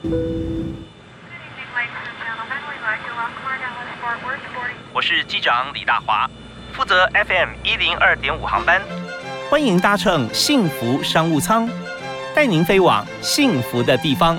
我是机长李大华，负责 FM102.5航班，欢迎搭乘幸福商务舱，带您飞往幸福的地方。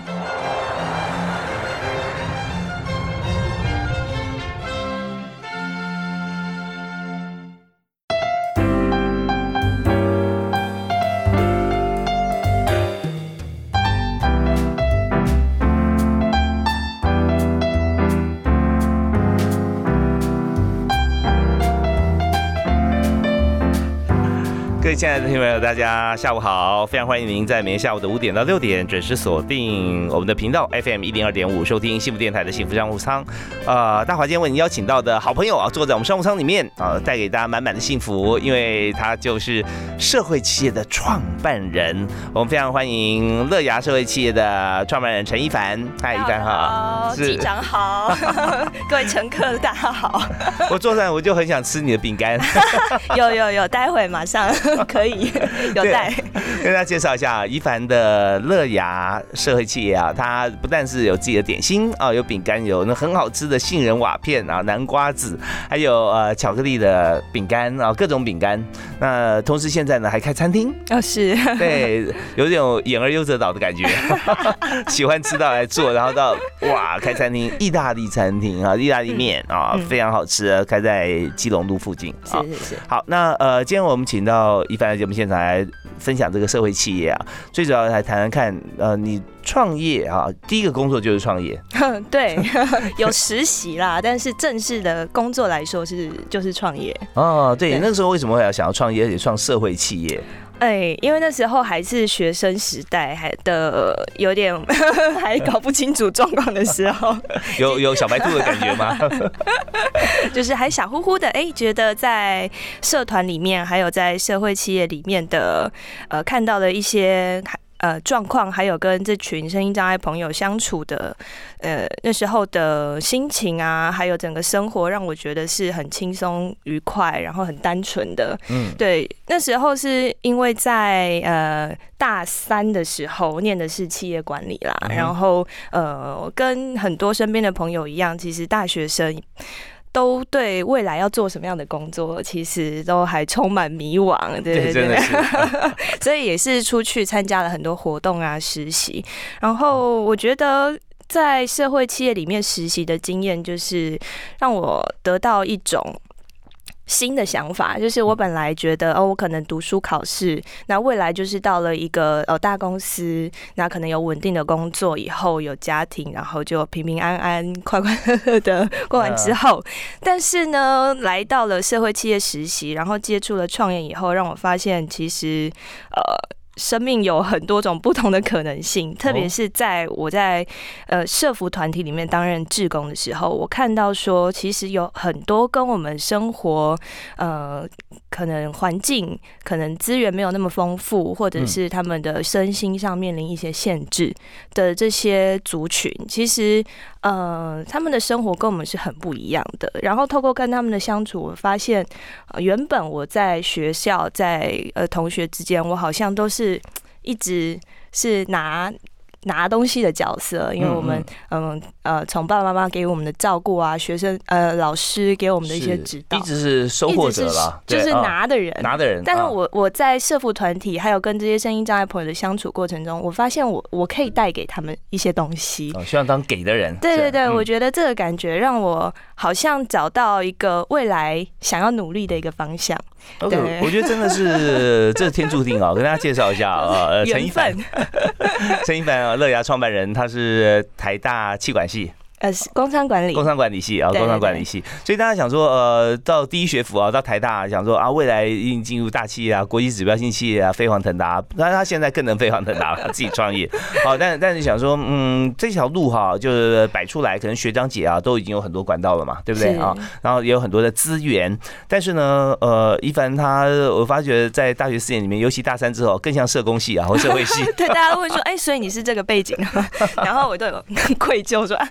各位亲爱的听众朋友，大家下午好！非常欢迎您在每天下午的5点到6点准时锁定我们的频道 FM102.5， 收听幸福电台的幸福商务舱。大华今天为您邀请到的好朋友啊，坐在我们商务舱里面带给大家满满的幸福，因为他就是社会企业的创办人。我们非常欢迎乐牙社会企业的创办人陈一凡。嗨，一凡好， 机长好，各位乘客大家好。 我坐上我就很想吃你的饼干。 有，待会马上。可以有带， 跟大家介绍一下一凡的乐牙社会企业啊，它不但是有自己的点心啊，有饼干，有那很好吃的杏仁瓦片啊、南瓜子，还有巧克力的饼干啊，各种饼干。那同时现在呢还开餐厅哦，是， 对，有点演而优则导的感觉，喜欢吃到来做，然后到哇开餐厅，意大利餐厅啊，意大利面啊，非常好吃，开在基隆路附近。 是。 好，那今天我们请到一凡的节目现场来分享这个社会企业啊，最主要来谈谈看，你创业啊，第一个工作就是创业， 对，有实习啦，但是正式的工作来说就是创业。哦， 对，那个时候为什么会想要创业，而且创社会企业？ 因为那时候还是学生时代，有点还搞不清楚状况的时候， 有小白兔的感觉吗？ 就是还傻乎乎的，觉得在社团里面，还有在社会企业里面的，看到了一些状况，还有跟这群身心障碍朋友相处的，那时候的心情啊，还有整个生活，让我觉得是很轻松愉快，然后很单纯的。对，那时候是因为在大3的时候念的是企业管理啦，然后跟很多身边的朋友一样，其实大学生都对未来要做什么样的工作，其实都还充满迷惘，对， 真的是。 所以也是出去参加了很多活动啊、实习，然后我觉得在社会企业里面实习的经验，就是让我得到一种新的想法，就是我本来觉得我可能读书考试，那未来就是到了一个大公司，那可能有稳定的工作，以后有家庭，然后就平平安安、快快乐乐的过完之后，但是呢，来到了社会企业实习，然后接触了创业以后，让我发现其实生命有很多种不同的可能性，特别是在我在社福团体里面担任志工的时候，我看到说，其实有很多跟我们生活可能环境、可能资源没有那么丰富，或者是他们的身心上面临一些限制的这些族群，其实他们的生活跟我们是很不一样的。然后透过跟他们的相处，我发现原本我在学校在同学之间，我好像都是一直是拿东西的角色，因为我们从爸爸妈妈给我们的照顾啊，学生老师给我们的一些指导， 一直是收获者了， 就是拿的人。但是我在社福团体还有跟这些身心障碍朋友的相处过程中，我发现我可以带给他们一些东西， 希望当给的人。 对，我觉得这个感觉让我好像找到一个未来想要努力的一个方向。 Okay, 我觉得真的是这天注定跟大家介绍一下陈一凡，陈一凡乐牙创办人，他是台大企管系。 工商管理系啊，工商管理系，所以大家想说，到第一学府啊，到台大，想说啊，未来一定进入大企业啊，国际指标性企业啊，飞黄腾达。那他现在更能飞黄腾达了，他自己创业。好，但是想说，这条路哈，就是摆出来，可能学长姐啊，都已经有很多管道了嘛，对不对啊？然后也有很多的资源，但是呢，一凡我发觉在大学4年里面，尤其大3之后，更像社工系啊，或社会系。 对，大家都会说，所以你是这个背景，然后我都有愧疚说，不好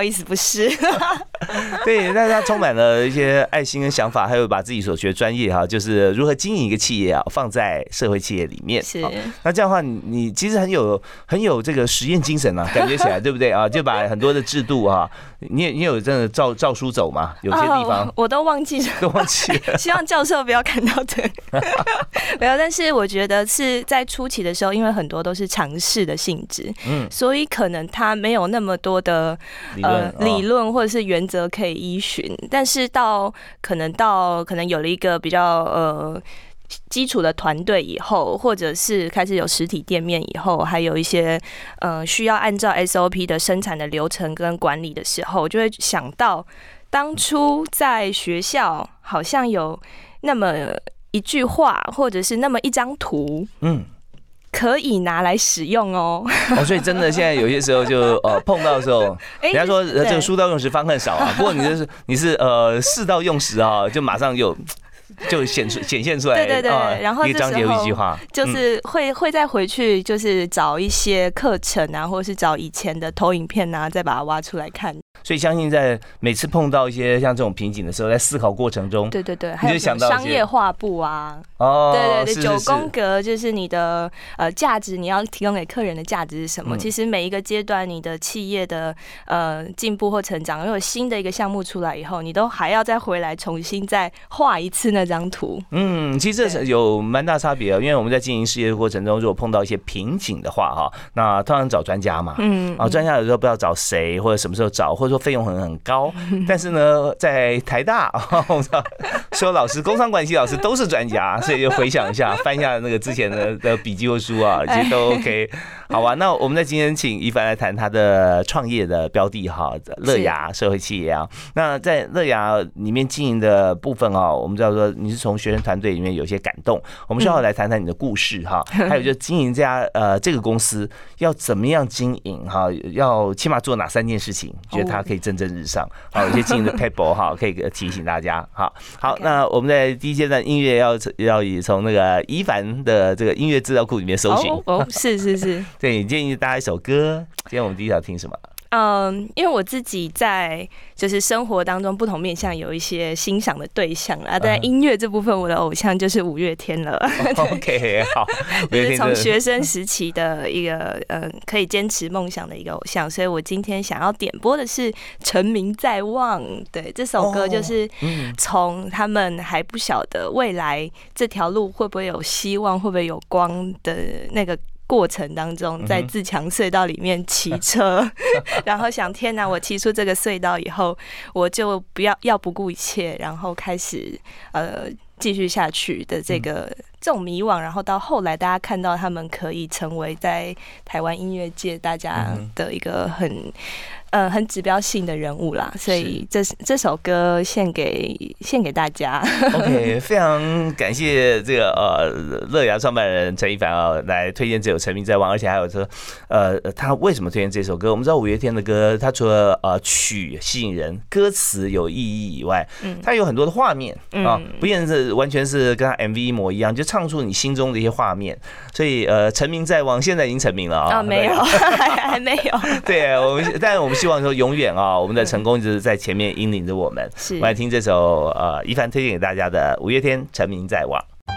好意思，不是。 对，但是他充满了一些爱心跟想法，还有把自己所学的专业哈，就是如何经营一个企业啊，放在社会企业里面。 是， 那这样的话，你其实很有这个实验精神啊，感觉起来对不对啊？就把很多的制度啊，你有真的照书走吗？有些地方我都忘记了，希望教授不要看到的。没有，但是我觉得是在初期的时候，因为很多都是尝试的性质，所以可能他没有那么多的理论或者是原则可以依循，但是可能有了一个比较基础的团队以后，或者是开始有实体店面以后，还有一些需要按照 SOP 的生产的流程跟管理的时候，我就会想到当初在学校好像有那么一句话，或者是那么一张图，可以拿来使用哦。 所以真的现在有些时候就碰到的时候，人家说这个书到用时方恨少啊，不过你是事到用时啊，就马上就显现出来， 对，然后一章节一句话， 就是会再回去，就是找一些课程啊，或者是找以前的投影片啊，再把它挖出来看。 所以相信在每次碰到一些像这种瓶颈的时候，在思考过程中， 对， 你就想到商业画布啊，对，9宫格就是你的价值，你要提供给客人的价值是什么？其实每一个阶段你的企业的进步或成长，如果新的一个项目出来以后，你都还要再回来重新再画一次那张图。 其实这有蛮大差别，因为我们在经营事业的过程中，如果碰到一些瓶颈的话哈，那通常找专家嘛，专家有时候不知道找谁或者什么时候找，或者说费用很高，但是呢，在台大所有老师，工商管系老师都是专家，所以就回想一下，翻一下那个之前的笔记或书啊，其实都 OK。好吧，那我们在今天请宜凡来谈他的创业的标的哈，乐雅社会企业啊。那在乐雅里面经营的部分啊，我们知道说你是从学生团队里面有些感动，我们稍后来谈谈你的故事哈，还有就经营这个公司要怎么样经营哈，要起码做哪3件事情，觉得它可以蒸蒸日上。好，有些经营的 paper 哈，可以提醒大家。好，那我们在第一阶段音乐要以从那个宜凡的这个音乐资料库里面搜寻。 是。 对，你建议大家一首歌。今天我们第一条听什么？ 因为我自己在就是生活当中不同面向有一些欣赏的对象啊，在音乐这部分，我的偶像就是五月天了。 OK， 好， 就是从学生时期的一个可以坚持梦想的一个偶像，所以我今天想要点播的是《成名在望》。对，这首歌就是从他们还不晓得未来这条路会不会有希望，会不会有光的那个过程当中，在自强隧道里面骑车，然后想天哪，我骑出这个隧道以后，我就不顾一切，然后开始继续下去的这种迷惘，然后到后来大家看到他们可以成为在台湾音乐界大家的一个很指标性的人物啦，所以这首歌献给大家。 OK， 非常感谢这个乐雅创办人陈宜凡来推荐这首《成名在望》，而且还有说他为什么推荐这首歌？我们知道五月天的歌，他除了曲吸引人，歌词有意义以外，他有很多的画面啊，不见得完全是跟他 MV 一模一样，就唱出你心中的一些画面。所以成名在望，现在已经成名了啊， 没有，还没有。 对，但我们希望说永远啊，我们的成功一直在前面引领着我们。我们来听这首宜凡推荐给大家的五月天《成名在望》。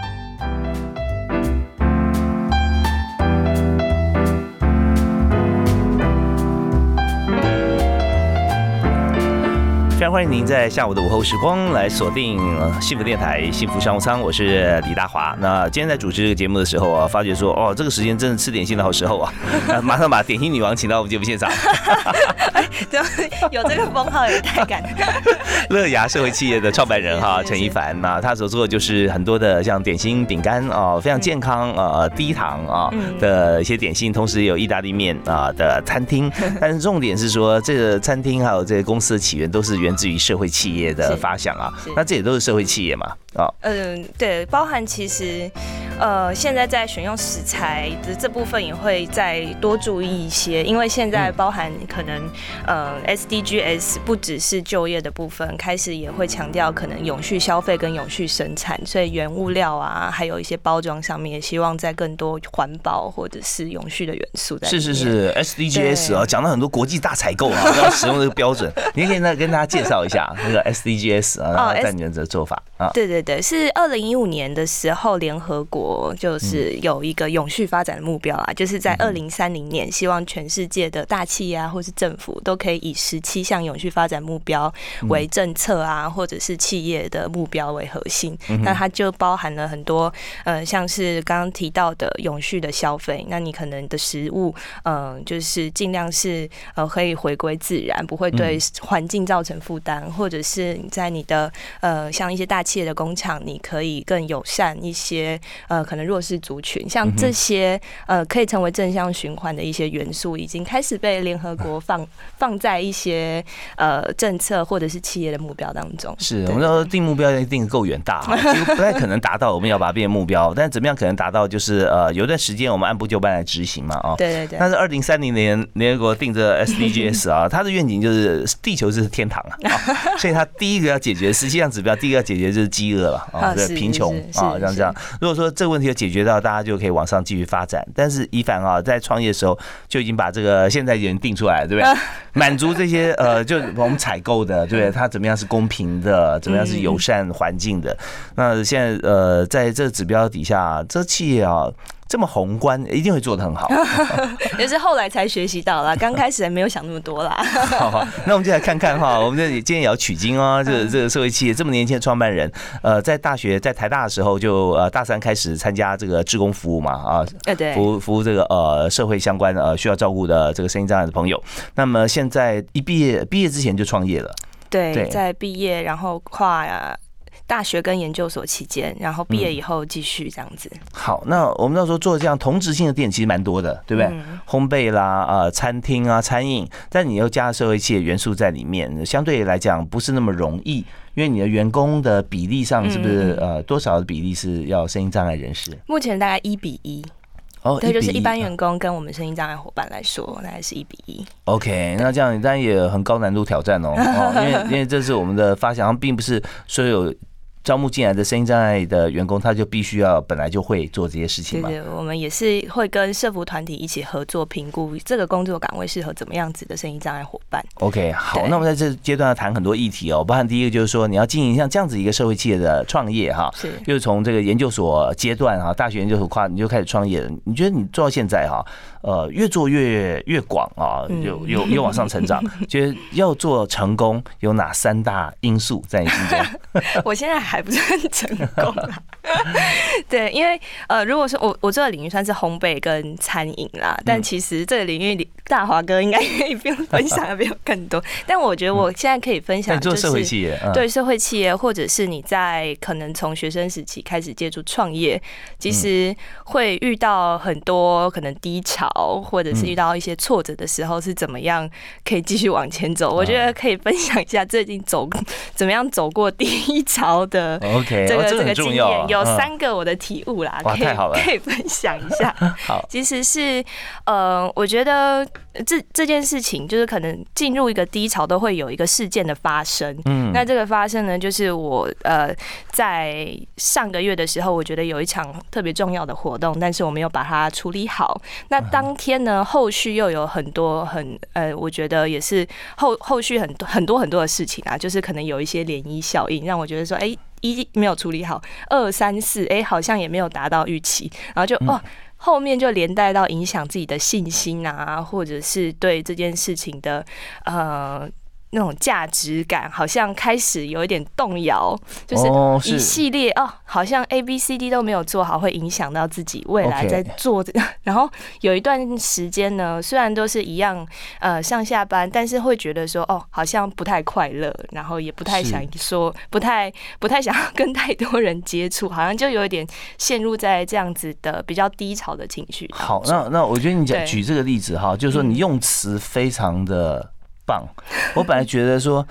非常欢迎您在下午的午后时光来锁定幸福电台幸福商务舱，我是李大华。那今天在主持这个节目的时候啊，发觉说这个时间真的吃点心的好时候啊，马上把点心女王请到我们节目现场。 有这个封号也太感人。 乐雅社会企业的创办人哈陈宜凡，那他所做的就是很多的像点心饼干非常健康低糖的一些点心，同时也有意大利面的餐厅。但是重点是说，这个餐厅还有这个公司的起源都是源源自于社会企业的发想啊。那这也都是社会企业嘛？ 对，包含其实。现在在选用食材的这部分也会再多注意一些，因为现在包含可能SDGs 不只是就业的部分，开始也会强调可能永续消费跟永续生产，所以原物料啊，还有一些包装上面也希望在更多环保或者是永续的元素在里面。 是 SDGs 啊，讲到很多国际大采购啊，要使用这个标准，你可以跟大家介绍一下那个 SDGs 啊，然后在你们的做法啊。 对，是2015年的时候联合国就是有一个永续发展的目标啊，就是在2030年，希望全世界的大企业啊，或是政府都可以以17项永续发展目标为政策啊，或者是企业的目标为核心。那它就包含了很多像是刚刚提到的永续的消费，那你可能的食物就是尽量是可以回归自然，不会对环境造成负担，或者是你在你的像一些大企业的工厂，你可以更友善一些可能弱势族群，像这些可以成为正向循环的一些元素，已经开始被联合国放在一些政策或者是企业的目标当中。 是我们要定目标要定够远大哈，这个不太可能达到，我们要把它变目标，但怎么样可能达到？就是有一段时间我们按部就班来执行嘛啊。 对。 但是2030年联合国定这 SDGs 啊，它的愿景就是地球是天堂啊，所以它第一个要解决17项指标，第一个要解决就是饥饿了啊，贫穷啊，这样。如果说这个问题有解决到，大家就可以往上继续发展。但是宜凡啊，在创业的时候就已经把这个现在已经定出来了，对不对？满足这些就我们采购的，对不对？它怎么样是公平的，怎么样是友善环境的？那现在在这个指标底下，这企业啊。这么宏观，一定会做得很好。 也是后来才学习到啦，刚开始还没有想那么多啦。 好，那我们就来看看哈，我们今天也要取经哦。这个社会企业这么年轻的创办人，在台大的时候就大3开始参加这个志工服务嘛啊， 对， 服务这个社会相关需要照顾的这个身心障碍的朋友。那么现在毕业之前就创业了。 对，在毕业然后大学跟研究所期间，然后毕业以后继续这样子。 好，那我们到时候做这样同质性的店其实蛮多的，对不对？烘焙啦、餐厅啊、餐饮，但你又加社会企业元素在里面，相对来讲不是那么容易，因为你的员工的比例上是不是多少的比例是要身心障碍人士？ 目前大概1:1。对，就是一般员工跟我们身心障碍伙伴来说，大概是1:1。 OK， 那这样当然也很高难度挑战哦，因为这是我们的发想，并不是所有招募进来的身心障碍的员工，他就必须要本来就会做这些事情嘛。 对，我们也是会跟社福团体一起合作，评估这个工作岗位适合怎么样子的身心障碍伙伴。 OK， 好，那我们在这阶段要谈很多议题哦，包含第一个就是说你要经营像这样子一个社会企业的创业哈，就是从这个研究所阶段哈，大学研究所你就开始创业了。你觉得你做到现在哈，越做越广啊，又往上成长，觉得要做成功有哪3大因素在你心中？ 我现在还不是很成功啦。对，因为如果说我这个领域算是烘焙跟餐饮啦，但其实这个领域里大华哥应该可以分享的比我更多。但我觉得我现在可以分享，就是做社会企业， 对社会企业，或者是你在可能从学生时期开始接触创业，其实会遇到很多可能低潮，或者是遇到一些挫折的时候，是怎么样可以继续往前走？我觉得可以分享一下最近怎么样走过第一潮的这个经验，有3个我的体悟啦，可以分享一下。 好， 其实是我觉得这件事情就是可能进入一个低潮都会有一个事件的发生。那这个发生呢，就是我在上个月的时候，我觉得有一场特别重要的活动，但是我没有把它处理好。那当天呢，后续又有很多我觉得也是后续很多的事情啊，就是可能有一些涟漪效应，让我觉得说，1没有处理好，2、3、4，好像也没有达到预期，然后就后面就连带到影响自己的信心啊，或者是对这件事情的那种价值感，好像开始有一点动摇，就是一系列好像 ABCD 都没有做好，会影响到自己未来在做这个。然后有一段时间呢，虽然都是一样上下班，但是会觉得说好像不太快乐，然后也不太想说，不太想要跟太多人接触，好像就有一点陷入在这样子的比较低潮的情绪。 好，那我觉得你举这个例子哈，就是说你用词非常的棒。我本来觉得说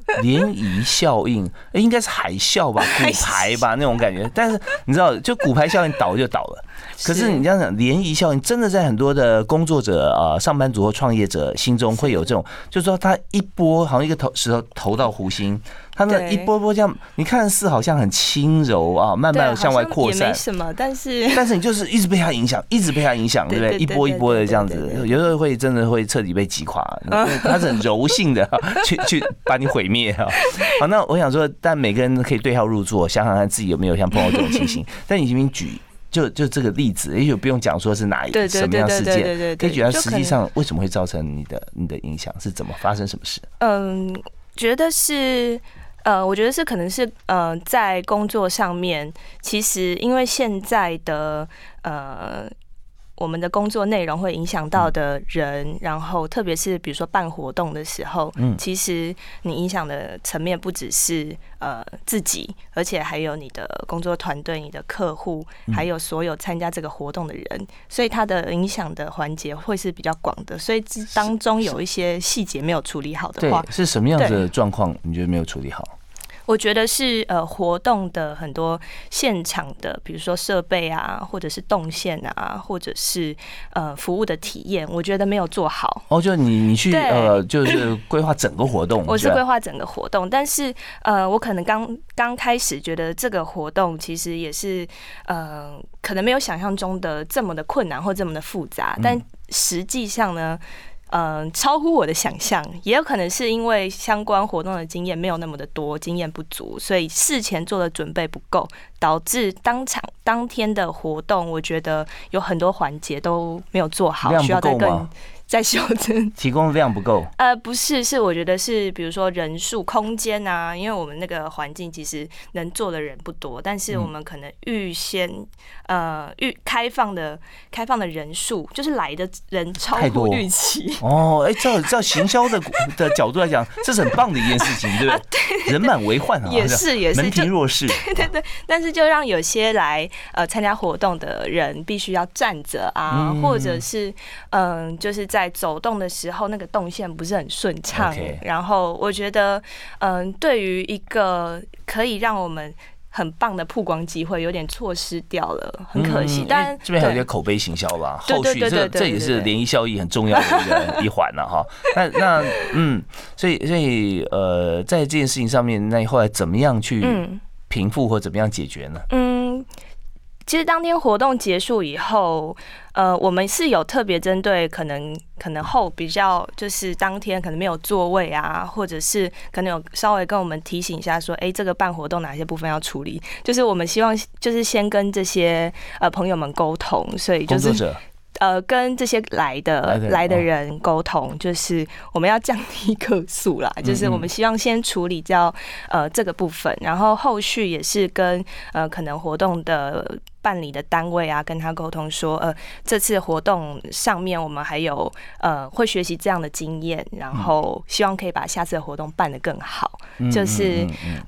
涟漪效应，应该是海啸吧，骨牌吧那种感觉。但是你知道，就骨牌效应倒就倒了。可是你这样讲，涟漪效应真的在很多的工作者上班族或创业者心中会有这种，就是说他一波好像一个石头投到湖心，他那一波波这样，你看似好像很轻柔啊，慢慢向外扩散， 也没什么，但是你就是一直被他影响，一直被他影响，对不对？一波一波的这样子，有时候会真的会彻底被击垮，他是很柔性的去把你毁灭啊。好，那我想说，但每个人可以对号入座，想想看自己有没有像碰到这种情形。但你先举。就这个例子，也许不用讲说是哪一什么样事件，可以举到实际上为什么会造成你的影响，是怎么发生什么事？ 觉得是我觉得是可能是在工作上面，其实因为现在的我们的工作内容会影响到的人，然后特别是比如说办活动的时候，其实你影响的层面不只是自己，而且还有你的工作团队、你的客户，还有所有参加这个活动的人，所以它的影响的环节会是比较广的。所以当中有一些细节没有处理好的话， 对，是什么样子的状况？你觉得没有处理好？ 我觉得是活动的很多现场的，比如说设备啊，或者是动线啊，或者是服务的体验，我觉得没有做好。 就你去就是规划整个活动， 我是规划整个活动，但是我可能刚开始觉得这个活动其实也是可能没有想象中的这么的困难或这么的复杂，但实际上呢。超乎我的想象，也有可能是因为相关活动的经验没有那么的多，经验不足，所以事前做的准备不够，导致当天的活动，我觉得有很多环节都没有做好，需要再修正。 提供量不够？ 不是，是我觉得是，比如说人数、空间啊，因为我们那个环境其实能坐的人不多，但是我们可能预开放的人数，就是来的人超乎预期。 照行销的角度来讲，这是很棒的一件事情，对不对？对，人满为患啊， 也是门庭若市。 对，但是就让有些来参加活动的人必须要站着啊，或者是就是在走动的时候，那个动线不是很顺畅。然后我觉得，对于一个可以让我们很棒的曝光机会，有点错失掉了，很可惜。但这边还有一些口碑行销吧，后续这也是涟漪效益很重要的一环了哈。所以在这件事情上面，那你后来怎么样去平复或怎么样解决呢？ 其实当天活动结束以后，我们是有特别针对可能比较就是当天可能没有座位啊，或者是可能有稍微跟我们提醒一下说，这个办活动哪些部分要处理，就是我们希望就是先跟这些朋友们沟通，所以就是。跟这些来的人沟通，就是我们要降低客诉啦，就是我们希望先处理掉这个部分，然后后续也是跟可能活动的办理的单位啊，跟他沟通说，这次活动上面我们还有会学习这样的经验，然后希望可以把下次的活动办得更好，就是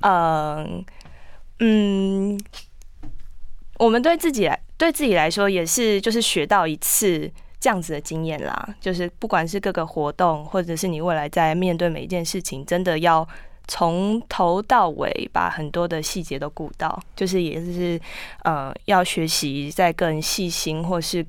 我们对自己来说也是，就是学到一次这样子的经验啦。就是不管是各个活动，或者是你未来在面对每一件事情，真的要从头到尾把很多的细节都顾到，就是也是要学习再更细心，或是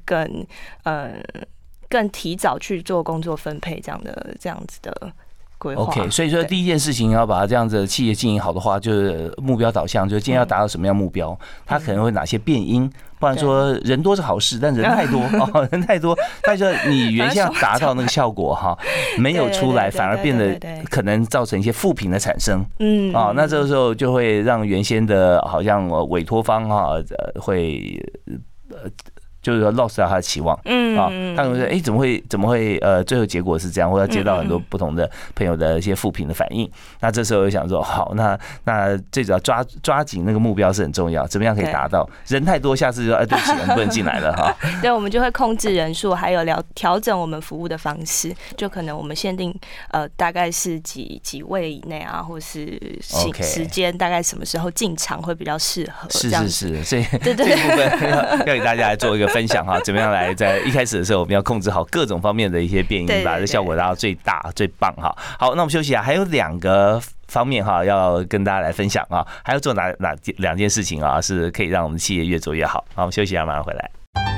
更提早去做工作分配这样子的。 OK， 所以说第一件事情要把它这样子企业经营好的话，就是目标导向，就是今天要达到什么样目标，它可能会哪些变因，不然说人多是好事，但人太多人太多，但是你原先要达到那个效果哈，没有出来，反而变得可能造成一些负评的产生，那这个时候就会让原先的好像委托方会就是说 lost 掉他的期望，他可能说，怎么会最后结果是这样，或者接到很多不同的朋友的一些负评的反应，那这时候就想说，好，那最主要抓紧那个目标是很重要，怎么样可以达到？人太多，下次就对不起，我们不能进来了哈。 对，我们就会控制人数，还有调整我们服务的方式，就可能我们限定大概是几位以内啊，或是时间大概什么时候进场会比较适合。 是，所以这部分要给大家来做一个分享哈，怎么样来在一开始的时候我们要控制好各种方面的一些变音，把这效果达到最大最棒哈。好，那我们休息啊，还有2个方面哈，要跟大家来分享啊，还要做哪2件事情啊，是可以让我们企业越做越好。好，我们休息啊，马上回来。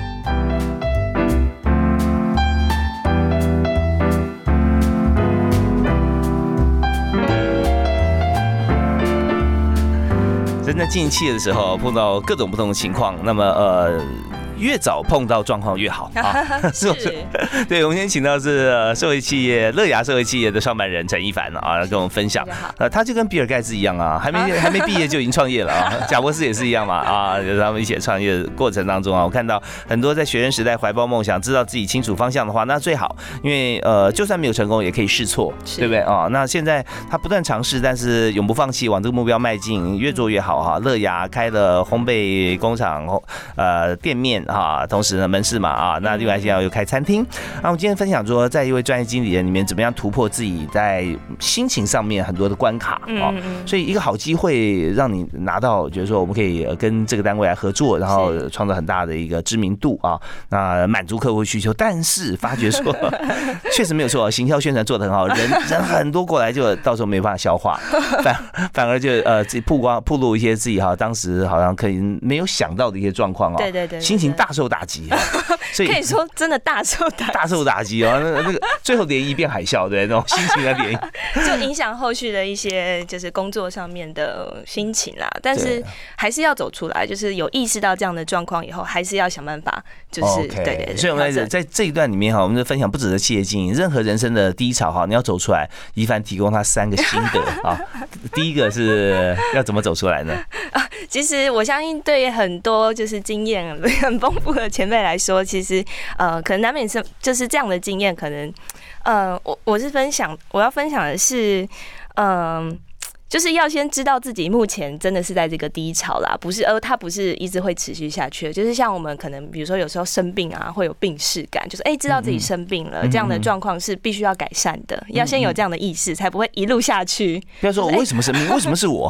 真正经营企业的时候，碰到各种不同的情况，那么越早碰到状况越好啊！是不是？对，我们今天请到是社会企业乐雅社会企业的创办人陈一凡啊，来跟我们分享。他就跟比尔盖茨一样啊，还没毕业就已经创业了啊。贾博士也是一样嘛啊，就是他们一起创业的过程当中啊，我看到很多在学生时代怀抱梦想，知道自己清楚方向的话，那最好，因为就算没有成功，也可以试错，对不对啊？那现在他不断尝试，但是永不放弃，往这个目标迈进，越做越好哈。乐雅开了烘焙工厂，店面。同时呢，门市嘛啊，那另外现在又开餐厅。那我们今天分享说，在一位专业经理人里面，怎么样突破自己在心情上面很多的关卡啊？所以一个好机会让你拿到，觉得说我们可以跟这个单位来合作，然后创造很大的一个知名度啊，那满足客户需求。但是发觉说，确实没有错，行销宣传做得很好，人很多过来，就到时候没办法消化，反而就自己曝露一些自己当时好像可以没有想到的一些状况啊， 对， 心情大受打击， 所以可以说真的大受打击哦，那个最后涟漪变海啸，对，那种心情的涟漪， 就影响后续的一些就是工作上面的心情啦。但是还是要走出来，就是有意识到这样的状况以后，还是要想办法，就是对。 所以我们在这一段里面我们就分享不只是企业经营，任何人生的低潮你要走出来，一凡提供他3个心得啊。第一个是要怎么走出来呢？ 其实我相信对很多就是经验很丰富的前辈来说，其实可能难免是就是这样的经验，可能我要分享的是就是要先知道自己目前真的是在这个低潮啦，它不是一直会持续下去的。就是像我们可能比如说有时候生病啊，会有病识感，就是知道自己生病了，这样的状况是必须要改善的，要先有这样的意识，才不会一路下去。 不要说我为什么生病，为什么是我？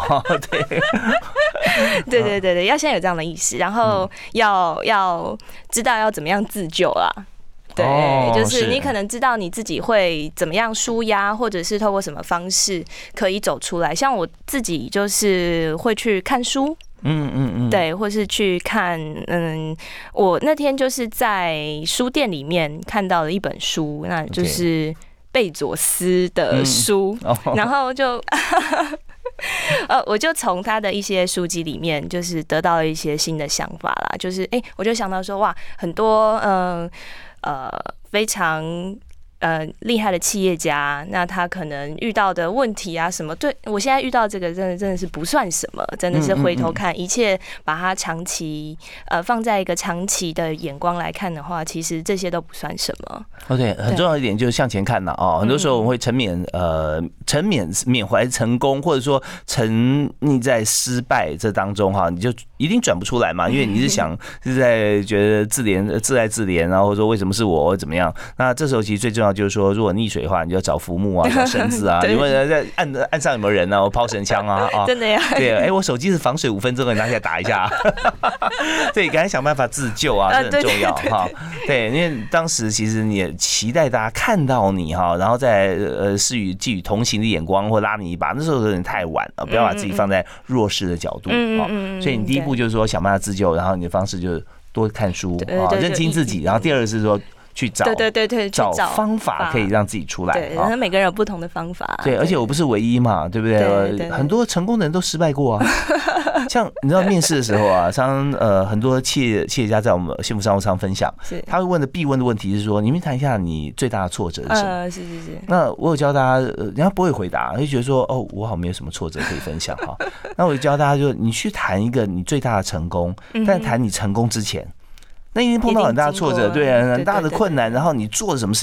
对，要先有这样的意识，然后要知道要怎么样自救啊。对，就是你可能知道你自己会怎么样抒压，或者是透过什么方式可以走出来。像我自己就是会去看书，对，或是去看，我那天就是在书店里面看到了一本书，那就是贝佐斯的书，然后就我就从他的一些书籍里面，就是得到了一些新的想法啦。就是我就想到说，哇，很多非常厉害的企业家，那他可能遇到的问题啊什么，对我现在遇到这个真的是不算什么，真的是回头看一切，把它长期放在一个长期的眼光来看的话，其实这些都不算什么。 OK， 很重要一点就是向前看哦。很多时候我们会缅怀成功，或者说沉溺在失败这当中你就一定转不出来嘛，因为你是在觉得自爱自怜，然后说为什么是我怎么样？那这时候其实最重要就是说，如果溺水的话，你就要找浮木啊，找绳子啊，你问在岸上有没有人啊？我抛绳枪啊， 真的呀。 对，我手机是防水5分钟，你拿起来打一下。对，赶紧想办法自救啊，这很重要哈。对，因为当时其实你也期待大家看到你然后再寄予同情的眼光或拉你一把，那时候有点太晚了，不要把自己放在弱势的角度所以你第一步就是说想办法自救，然后你的方式就是多看书认清自己，然后第二个是说去找找方法可以让自己出来。 对，每个人有不同的方法。 对，而且我不是唯一嘛，对不对？很多成功的人都失败过啊。像你知道面试的时候很多企业家在我们幸福商务舱分享，他会必问的问题是说，你们谈一下你最大的挫折是什么？是。那我有教大家，人家不会回答，就觉得说我好没有什么挫折可以分享哈。那我就教大家，就你去谈一个你最大的成功，但谈你成功之前。那一定碰到很大的挫折，对，很大的困难，然后你做了什么事情，然后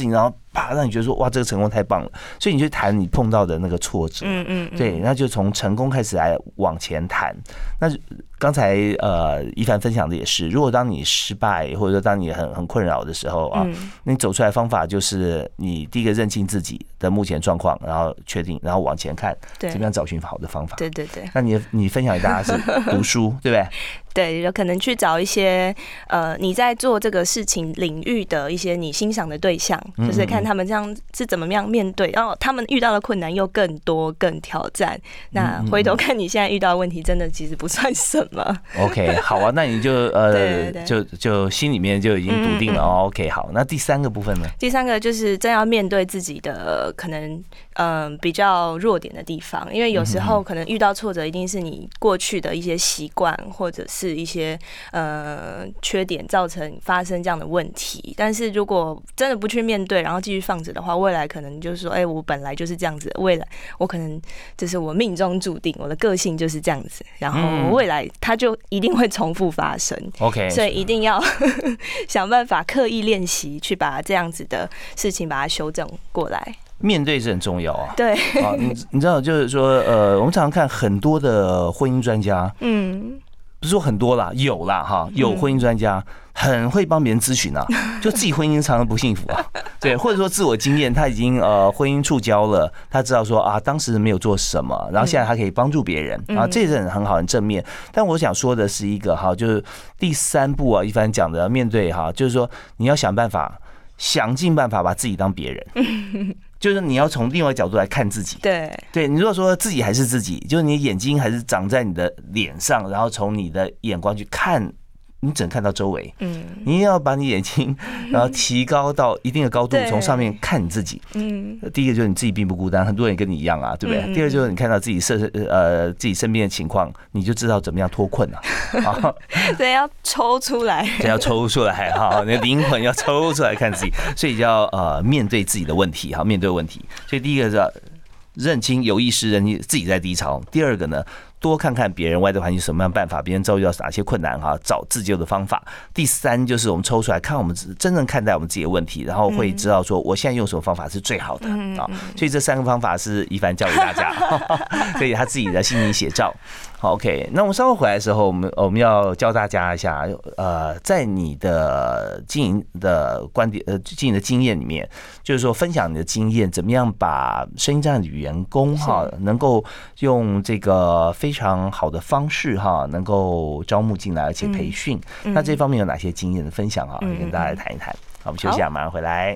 啪让你觉得说哇，这个成功太棒了，所以你就谈你碰到的那个挫折，对，那就从成功开始来往前谈。那刚才一凡分享的也是，如果当你失败或者说当你很困扰的时候啊，你走出来的方法就是你第一个认清自己的目前状况，然后确定，然后往前看，怎么样找寻好的方法。 对对对。 那你分享给大家是读书，对不对？ 对，有可能去找一些你在做这个事情领域的一些你欣赏的对象，就是看他们这样是怎么样面对，然后他们遇到的困难又更多更挑战。那回头看你现在遇到的问题，真的其实不算什么。 OK， 好啊，那你就就心里面就已经笃定了。OK， 好，那第三个部分呢？ 第三个就是真要面对自己的可能比较弱点的地方，因为有时候可能遇到挫折，一定是你过去的一些习惯或者是一些缺点造成发生这样的问题。但是如果真的不去面对，然后继续放着的话，未来可能就是说，我本来就是这样子，未来我可能就是我命中注定，我的个性就是这样子，然后未来它就一定会重复发生。 OK， 所以一定要想办法刻意练习，去把这样子的事情把它修正过来。 面对是很重要啊。 对啊，你知道，就是说，我们常常看很多的婚姻专家，不是说很多啦，有啦哈，有婚姻专家很会帮别人咨询啊，就自己婚姻常常不幸福啊，对，或者说自我经验他已经婚姻触礁了，他知道说啊当时没有做什么，然后现在他可以帮助别人啊，这是很好很正面。但我想说的是一个哈，就是第三步啊，一凡讲的面对哈，就是说你要想尽办法把自己当别人。就是你要从另外一个角度来看自己，对，你如果说自己还是自己，就是你眼睛还是长在你的脸上，然后从你的眼光去看，你只能看到周围，你一定要把你眼睛然后提高到一定的高度，从上面看你自己。第一个就是你自己并不孤单，很多人跟你一样啊，对不对？第二就是你看到自己自己身边的情况，你就知道怎么样脱困啊。 对，要抽出来， 对，要抽出来哈，你的灵魂要抽出来看自己，所以就要面对自己的问题，好，面对问题。所以第一个是认清有意识认清自己在低潮，第二个呢，多看看别人外在环境什么样的办法，别人遭遇到哪些困难哈，找自救的方法。第三就是我们抽出来看我们真正看待我们自己的问题，然后会知道说我现在用什么方法是最好的啊。所以这三个方法是一凡教给大家，所以他自己的心灵写照。好 ，OK， 那我们稍后回来的时候，我们要教大家一下，在你的经营的观点，经营的经验里面，就是说分享你的经验，怎么样把声音障碍的员工哈，能够用这个非常好的方式哈，能够招募进来，而且培训。那这方面有哪些经验的分享啊？跟大家来谈一谈。好，我们休息一下，马上回来。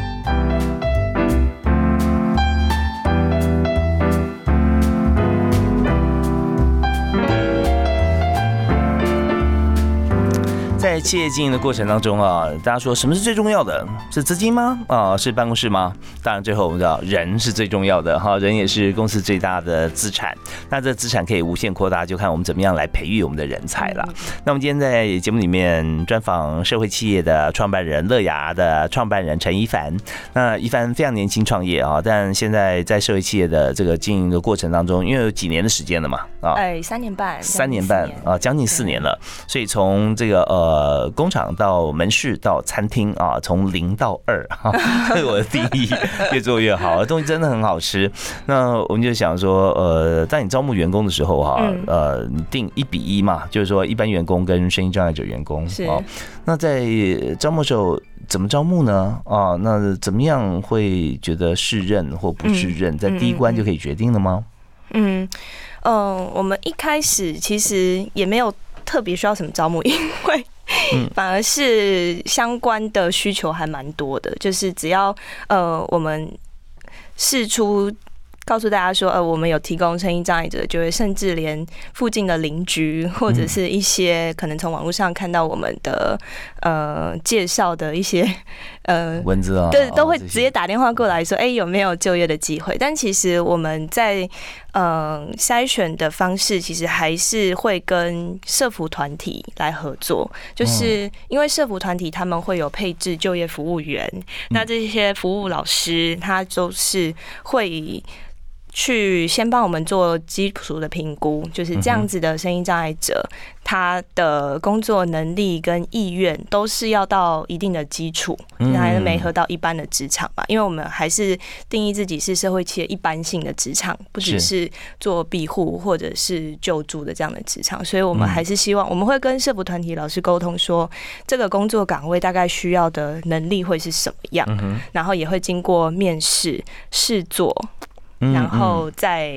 在企业经营的过程当中啊，大家说什么是最重要的？是资金吗？是办公室吗？当然，最后我们知道人是最重要的哈，人也是公司最大的资产。那这资产可以无限扩大，就看我们怎么样来培育我们的人才了。那我们今天在节目里面专访社会企业的创办人乐牙的创办人陈一凡。那一凡非常年轻创业啊，但现在在社会企业的这个经营的过程当中，因为有几年的时间了嘛 3年半啊，将近4年了。所以从这个工厂到门市到餐厅啊，从0到2哈，这是我的定义，越做越好，东西真的很好吃。那我们就想说，在你招募员工的时候哈，你定1:1嘛，就是说一般员工跟声音障碍者员工啊。那在招募的时候怎么招募呢？啊，那怎么样会觉得适任或不适任，在第一关就可以决定了吗？ 我们一开始其实也没有特别需要什么招募，因为反而是相关的需求还蛮多的，就是只要我们释出告诉大家说，我们有提供声音障碍者，就会甚至连附近的邻居或者是一些可能从网络上看到我们的介绍的一些文字啊， 对，都会直接打电话过来说，有没有就业的机会？但其实我们在筛选的方式，其实还是会跟社福团体来合作，就是因为社福团体他们会有配置就业服务员，那这些服务老师他就是会去先帮我们做基础的评估，就是这样子的身心障碍者，他的工作能力跟意愿都是要到一定的基础，才能媒合到一般的职场吧。因为我们还是定义自己是社会企业一般性的职场，不只是做庇护或者是救助的这样的职场，所以我们还是希望我们会跟社福团体老师沟通说，这个工作岗位大概需要的能力会是什么样，然后也会经过面试、试做。然后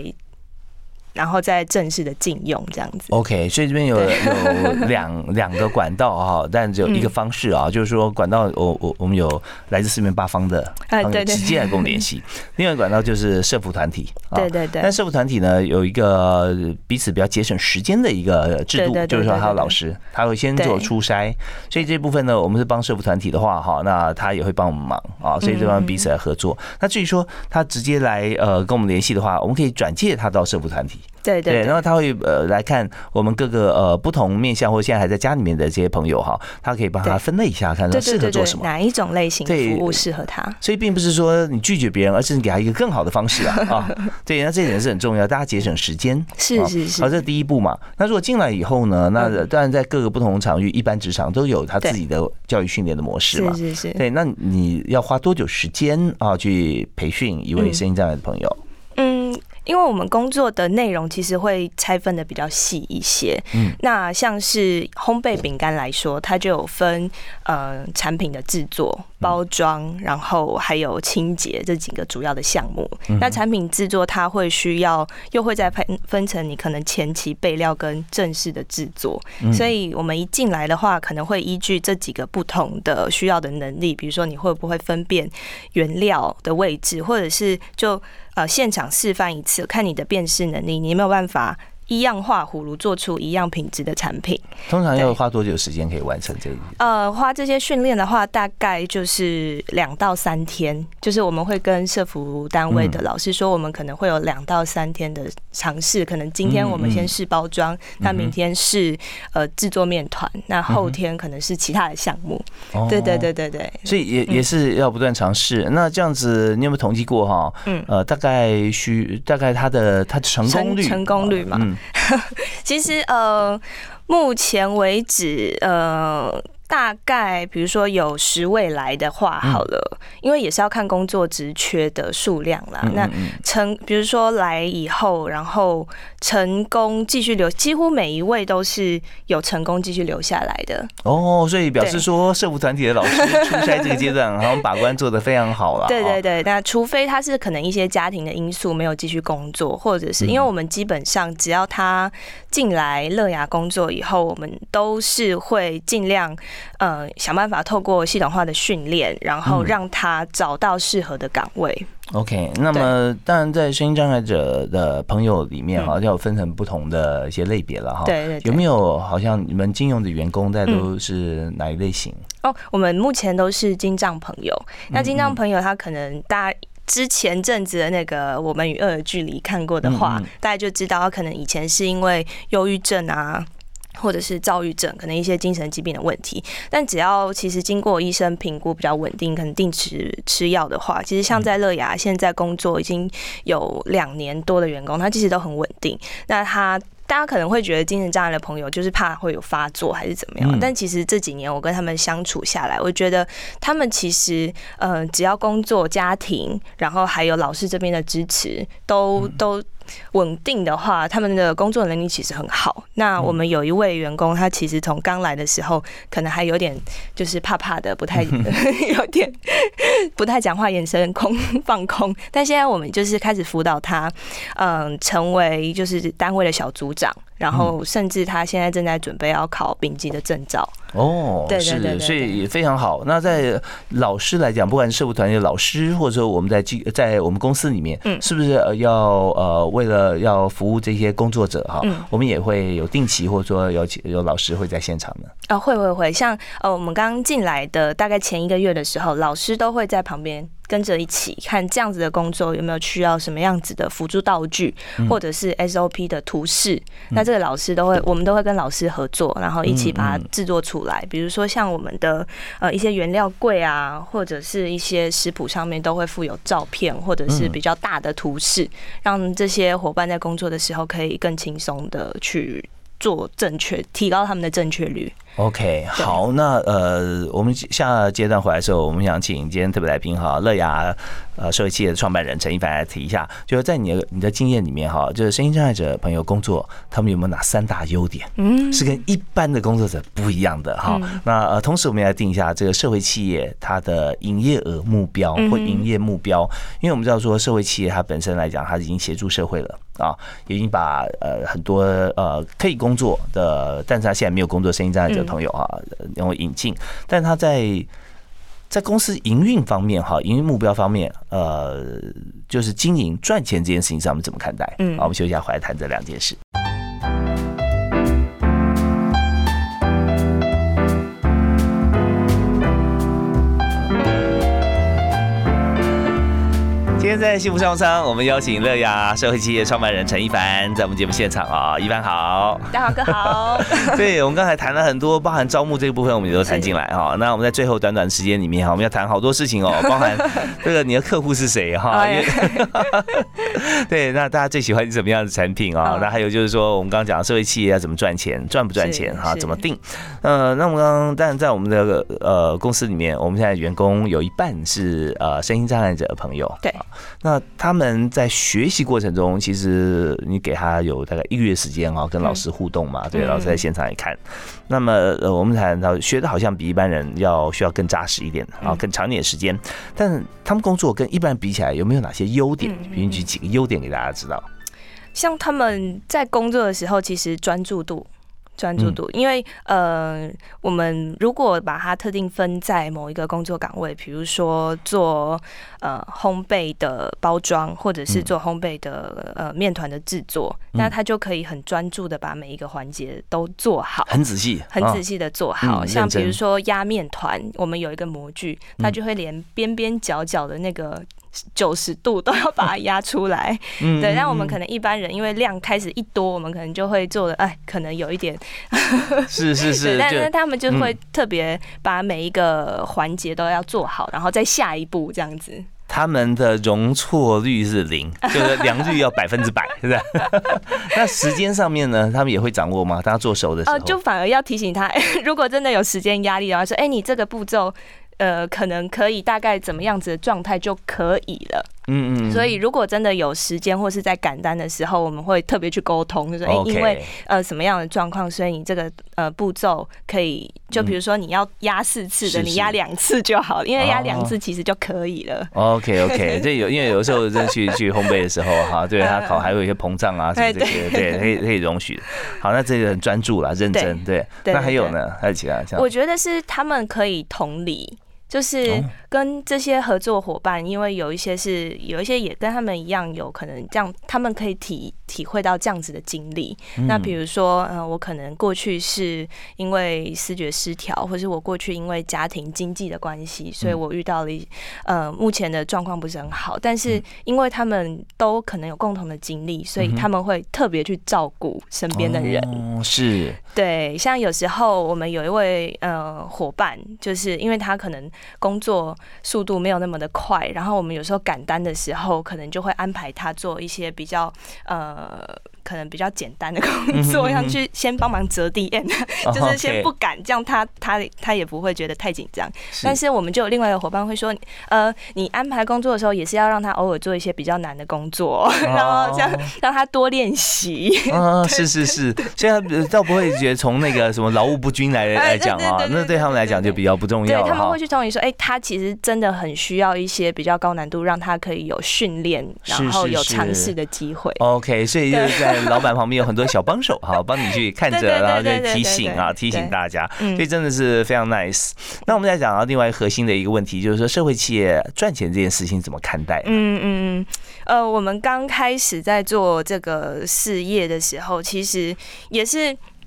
再正式的禁用这样子。 OK， 所以这边有两个管道哈，但只有一个方式啊，就是说管道我们有来自四面八方的朋友直接来跟我们联系。另外一个管道就是社福团体， 对对对。 但社福团体呢有一个彼此比较节省时间的一个制度，就是说他有老师，他会先做初筛，所以这部分呢，我们是帮社福团体的话哈，那他也会帮我们忙啊，所以这方面彼此来合作。那至于说他直接来跟我们联系的话，我们可以转介他到社福团体。 对对， 然后他会来看我们各个不同面向或现在还在家里面的这些朋友哈，他可以帮他分类一下，看他适合做什么， 哪一种类型服务适合他。 所以并不是说你拒绝别人，而是你给他一个更好的方式啊。对，那这一点是很重要，大家节省时间。 是。 好，这是第一步嘛。那如果进来以后呢，那当然在各个不同场域，一般职场都有他自己的教育训练的模式嘛。 是。 对，那你要花多久时间啊去培训一位身心障碍的朋友？ 因为我们工作的内容其实会拆分的比较细一些，那像是烘焙饼干来说，它就有分产品的制作、包装，然后还有清洁这几个主要的项目。那产品制作它会需要又会再分成你可能前期备料跟正式的制作，所以我们一进来的话，可能会依据这几个不同的需要的能力，比如说你会不会分辨原料的位置，或者是就现场示范一次，看你的辨识能力，你有没有办法一样画葫芦做出一样品质的产品。 通常要花多久时间可以完成这个？ 花这些训练的话，大概就是2到3天。就是我们会跟社福单位的老师说，我们可能会有2到3天的尝试。可能今天我们先试包装，那明天是制作面团，那后天可能是其他的项目。对。 所以也是要不断尝试。那这样子，你有没有统计过哈？大概它的成功率嘛？ 其实目前为止大概比如说有10位来的话，好了，因为也是要看工作职缺的数量啦。那比如说来以后，然后成功继续留，几乎每一位都是有成功继续留下来的。 所以表示说社福团体的老师初筛这个阶段，好像把关做得非常好了。 对，那除非他是可能一些家庭的因素没有继续工作，或者是因为我们基本上只要他进来乐雅工作以后，我们都是会尽量想办法透过系统化的训练，然后让他找到适合的岗位。 OK， 那么当然在身心障碍者的朋友里面好像有分成不同的一些类别了哈。对，有没有好像你们金融的员工大家都是哪一类型？ 我们目前都是精障朋友。那精障朋友他可能大家之前阵子的那个《我们与恶的距离》看过的话，大家就知道他可能以前是因为忧郁症啊，或者是躁郁症，可能一些精神疾病的问题，但只要其实经过医生评估比较稳定，可能定时吃药的话，其实像在乐雅现在工作已经有2年多的员工，他其实都很稳定。那大家可能会觉得精神障碍的朋友就是怕会有发作还是怎么样，但其实这几年我跟他们相处下来，我觉得他们其实只要工作、家庭，然后还有老师这边的支持，都稳定的话，他们的工作能力其实很好。那我们有一位员工，他其实从刚来的时候，可能还有点就是怕怕的，不太有点不太讲话，眼神放空。但现在我们就是开始辅导他，成为就是单位的小组长。然后甚至他现在正在准备要考丙级的证照。对， 所以也非常好。那在老师来讲，不管是社福团体的老师，或者说我们在我们公司里面，是不是要为了要服务这些工作者哈，我们也会有定期，或者说有老师会在现场呢？ 会，像我们刚进来的大概前1个月的时候，老师都会在旁边跟着一起看这样子的工作有没有需要什么样子的辅助道具，或者是 SOP 的图示。那这个老师我们都会跟老师合作，然后一起把它制作出来。比如说像我们的一些原料柜啊，或者是一些食谱上面都会附有照片，或者是比较大的图示，让这些伙伴在工作的时候可以更轻松的去做正确，提高他们的正确率。 OK， 好，那我们下阶段回来的时候，我们想请今天特别来宾哈，乐雅社会企业的创办人陈一凡来提一下，就是在你的经验里面哈，就是身心障碍者朋友工作，他们有没有哪3大优点，是跟一般的工作者不一样的哈？那同时我们也来定一下这个社会企业它的营业额目标或营业目标，因为我们知道说社会企业它本身来讲，它已经协助社会了啊，已经把很多可以工作的，但是他现在没有工作身心障碍者朋友啊，然后引进，但他在公司营运方面哈，营运目标方面，就是经营赚钱这件事情上，我们怎么看待？好，我们休息一下，回来谈这2件事。今天在幸福商务舱，我们邀请乐雅社会企业创办人陈一凡在我们节目现场啊，一凡好， 大家好，哥好。 对，我们刚才谈了很多，包含招募这个部分，我们也都谈进来哈。那我们在最后短短的时间里面哈，我们要谈好多事情哦，包含这个你的客户是谁哈？对，那大家最喜欢什么样的产品啊？那还有就是说，我们刚刚讲社会企业要怎么赚钱，赚不赚钱哈？怎么定？那我们刚刚当然在我们的公司里面，我们现在员工有一半是身心障碍者的朋友， 对。 那他们在学习过程中，其实你给他有大概1个月时间啊，跟老师互动嘛，对，老师在现场也看。那么我们谈到学的好像比一般人需要更扎实一点啊，更长一点的时间。但他们工作跟一般人比起来，有没有哪些优点？比如举几个优点给大家知道。 像他们在工作的时候，其实专注度，因为我们如果把它特定分在某一个工作岗位，比如说做烘焙的包装，或者是做烘焙的面团的制作，那他就可以很专注的把每一个环节都做好， 很仔细的做好。像比如说压面团，我们有一个模具，它就会连边边角角的那个90度都要把它压出来。对，让我们可能一般人因为量开始一多，我们可能就会做的可能有一点是但是他们就会特别把每一个环节都要做好，然后再下一步这样子。 他们的容错率是0，就是良率要100%，是不是？那时间上面呢，他们也会掌握吗？当他做熟的时候， 就反而要提醒他，如果真的有时间压力的话，说，你这个步骤，可能可以大概怎么样子的状态就可以了。所以如果真的有时间或是在赶单的时候，我们会特别去沟通，就是因为什么样的状况，所以你这个步骤可以，就比如说你要压4次的，你压2次就好，因为压2次其实就可以了。 OK， 这因为有时候真去烘焙的时候哈，对它烤还有一些膨胀啊什么这些，对，可以容许。好，那这个很专注啦，认真，对。那还有呢？还有其他？ 我觉得是他们可以同理。就是跟这些合作伙伴，因为有一些也跟他们一样，有可能这样，他们可以体会到这样子的经历。那比如说，我可能过去是因为思觉失调，或是我过去因为家庭经济的关系，所以我遇到了目前的状况不是很好。但是因为他们都可能有共同的经历，所以他们会特别去照顾身边的人。 是， 对，像有时候我们有一位伙伴，就是因为他可能工作速度没有那么的快，然后我们有时候赶单的时候，可能就会安排他做一些比较可能比较简单的工作，像去先帮忙折 DM， 就是先不赶，这样他也不会觉得太紧张。但是我们就有另外一个伙伴会说，你安排工作的时候，也是要让他偶尔做一些比较难的工作，然后这样让他多练习。 是，现在倒不会觉得从那个什么劳务不均来讲啊，那对他们来讲就比较不重要了。 对，他们会去同意说，他其实真的很需要一些比较高难度，让他可以有训练，然后有尝试的机会。 OK， 所以就是在老板旁边有很多小帮手，好帮你去看着，然后就提醒大家，所以真的是非常 nice。那我们再讲到另外核心的一个问题，就是说社会企业赚钱这件事情怎么看待？ 我们刚开始在做这个事业的时候，其实也是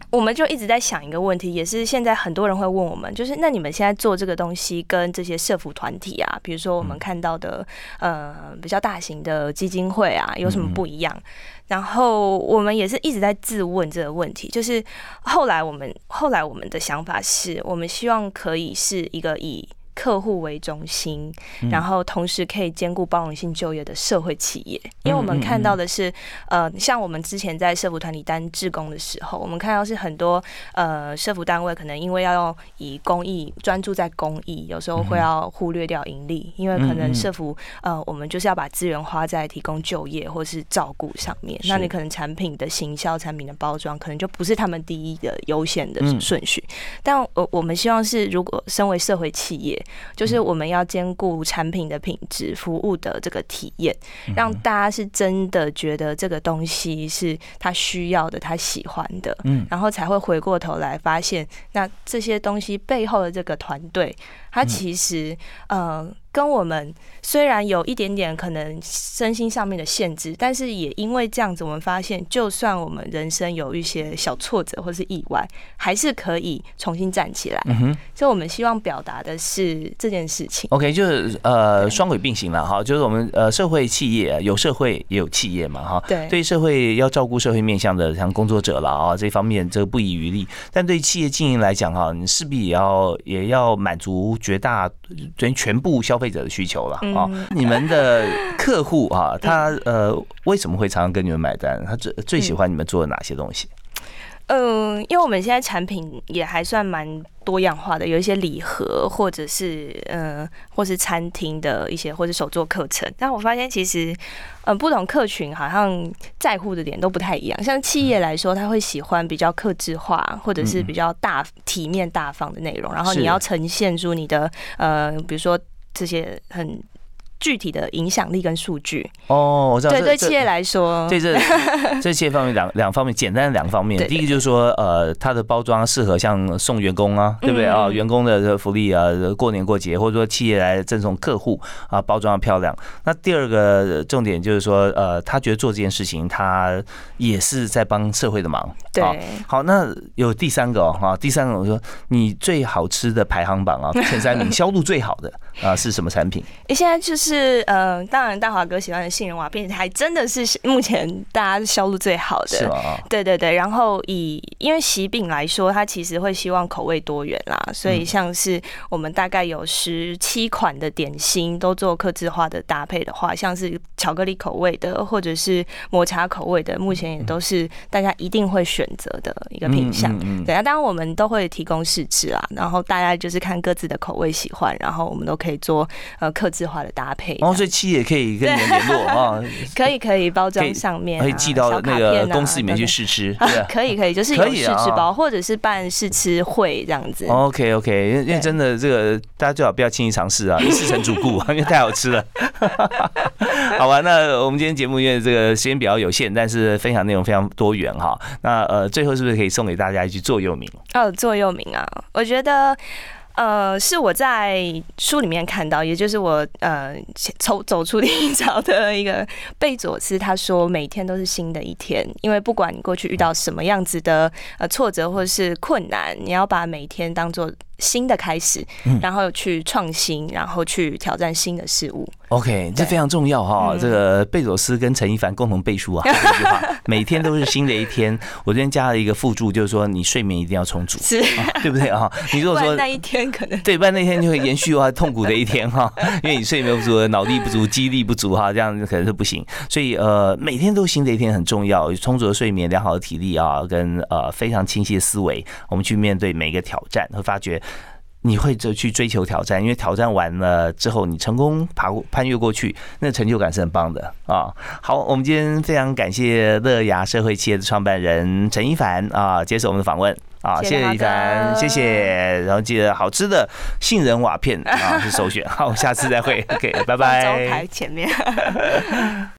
我们就一直在想一个问题，也是现在很多人会问我们，就是那你们现在做这个东西跟这些社福团体啊，比如说我们看到的比较大型的基金会啊，有什么不一样？然后我们也是一直在自问这个问题，就是后来我们的想法是，我们希望可以是一个以客户为中心，然后同时可以兼顾包容性就业的社会企业。因为我们看到的是，像我们之前在社福团体当志工的时候，我们看到是很多社福单位可能因为要以公益专注在公益，有时候会要忽略掉盈利，因为可能社福我们就是要把资源花在提供就业或是照顾上面，那你可能产品的行销、产品的包装可能就不是他们第一的优先的顺序。但我们希望是，如果身为社会企业，就是我们要兼顾产品的品质、服务的这个体验，让大家是真的觉得这个东西是他需要的、他喜欢的，然后才会回过头来发现，那这些东西背后的这个团队，他其实跟我们虽然有一点点可能身心上面的限制，但是也因为这样子，我们发现，就算我们人生有一些小挫折或是意外，还是可以重新站起来。所以我们希望表达的是这件事情。 OK， 就是双轨并行了哈，就是我们社会企业有社会也有企业嘛哈。对社会要照顾社会面向的像工作者了啊，这方面这个不遗余力。但对企业经营来讲哈，你势必也要满足全部消费者的需求了啊。你们的客户啊，他为什么会常常跟你们买单？他最喜欢你们做的哪些东西？ 因为我们现在产品也还算蛮多样化的，有一些礼盒，或者是或是餐厅的一些，或是手作课程。但我发现其实不同客群好像在乎的点都不太一样。像企业来说，他会喜欢比较客制化，或者是比较体面大方的内容，然后你要呈现出你的比如说这些很具体的影响力跟数据。哦，我知道。对企业来说， 对这企业方面两方面，简单的两方面。第一个就是说，它的包装适合像送员工啊，对不对啊？员工的福利啊，过年过节，或者说企业来赠送客户啊，包装要漂亮。那第二个重点就是说，他觉得做这件事情，他也是在帮社会的忙。 对。 好，那有第三个哈，第三个我说，你最好吃的排行榜啊，前3名，销路最好的啊是什么产品？ 现在就是当然大华哥喜欢的杏仁瓦片还真的是目前大家销路最好的， 是吗？ 对对对。然后因为喜饼来说，它其实会希望口味多元啦，所以像是我们大概有17款的点心都做客制化的搭配的话，像是巧克力口味的或者是抹茶口味的，目前也都是大家一定会选择的一个品项。对啊，当然我们都会提供试吃啦，然后大家就是看各自的口味喜欢，然后我们都可以做客制化的搭配。 所以企业可以跟你们联络啊， 可以包装上面， 可以寄到那个公司里面去试吃， 可以，就是有试吃包，或者是办试吃会这样子。 OK， 因为真的这个大家最好不要轻易尝试啊，一试成主顾，因为太好吃了。好吧，那我们今天节目因为这个时间比较有限，但是分享内容非常多元哈。那最后是不是可以送给大家一句座右铭？座右铭啊，我觉得。是我在书里面看到，也就是我走出低潮的一个贝佐斯，他说每天都是新的一天，因为不管你过去遇到什么样子的挫折或是困难，你要把每一天当作新的开始，然后去创新，然后去挑战新的事物。 OK， 这非常重要哈。这个贝佐斯跟陈一凡共同背书啊，这句话每天都是新的一天。我这边加了一个附注，就是说你睡眠一定要充足， 是， 对不对啊？你如果说那一天可能对，不然那天就会延续痛苦的一天哈，因为你睡眠不足、脑力不足、肌力不足哈，这样可能是不行。所以每天都新的一天很重要，充足的睡眠、良好的体力啊，跟非常清晰的思维，我们去面对每一个挑战，会发觉。你会去追求挑战，因为挑战完了之后，你成功攀越过去，那成就感是很棒的啊！好，我们今天非常感谢乐雅社会企业的创办人陈一凡啊，接受我们的访问啊，谢谢一凡，谢谢。然后记得好吃的杏仁瓦片啊是首选。好，下次再会 ，OK， 拜拜。 招牌前面。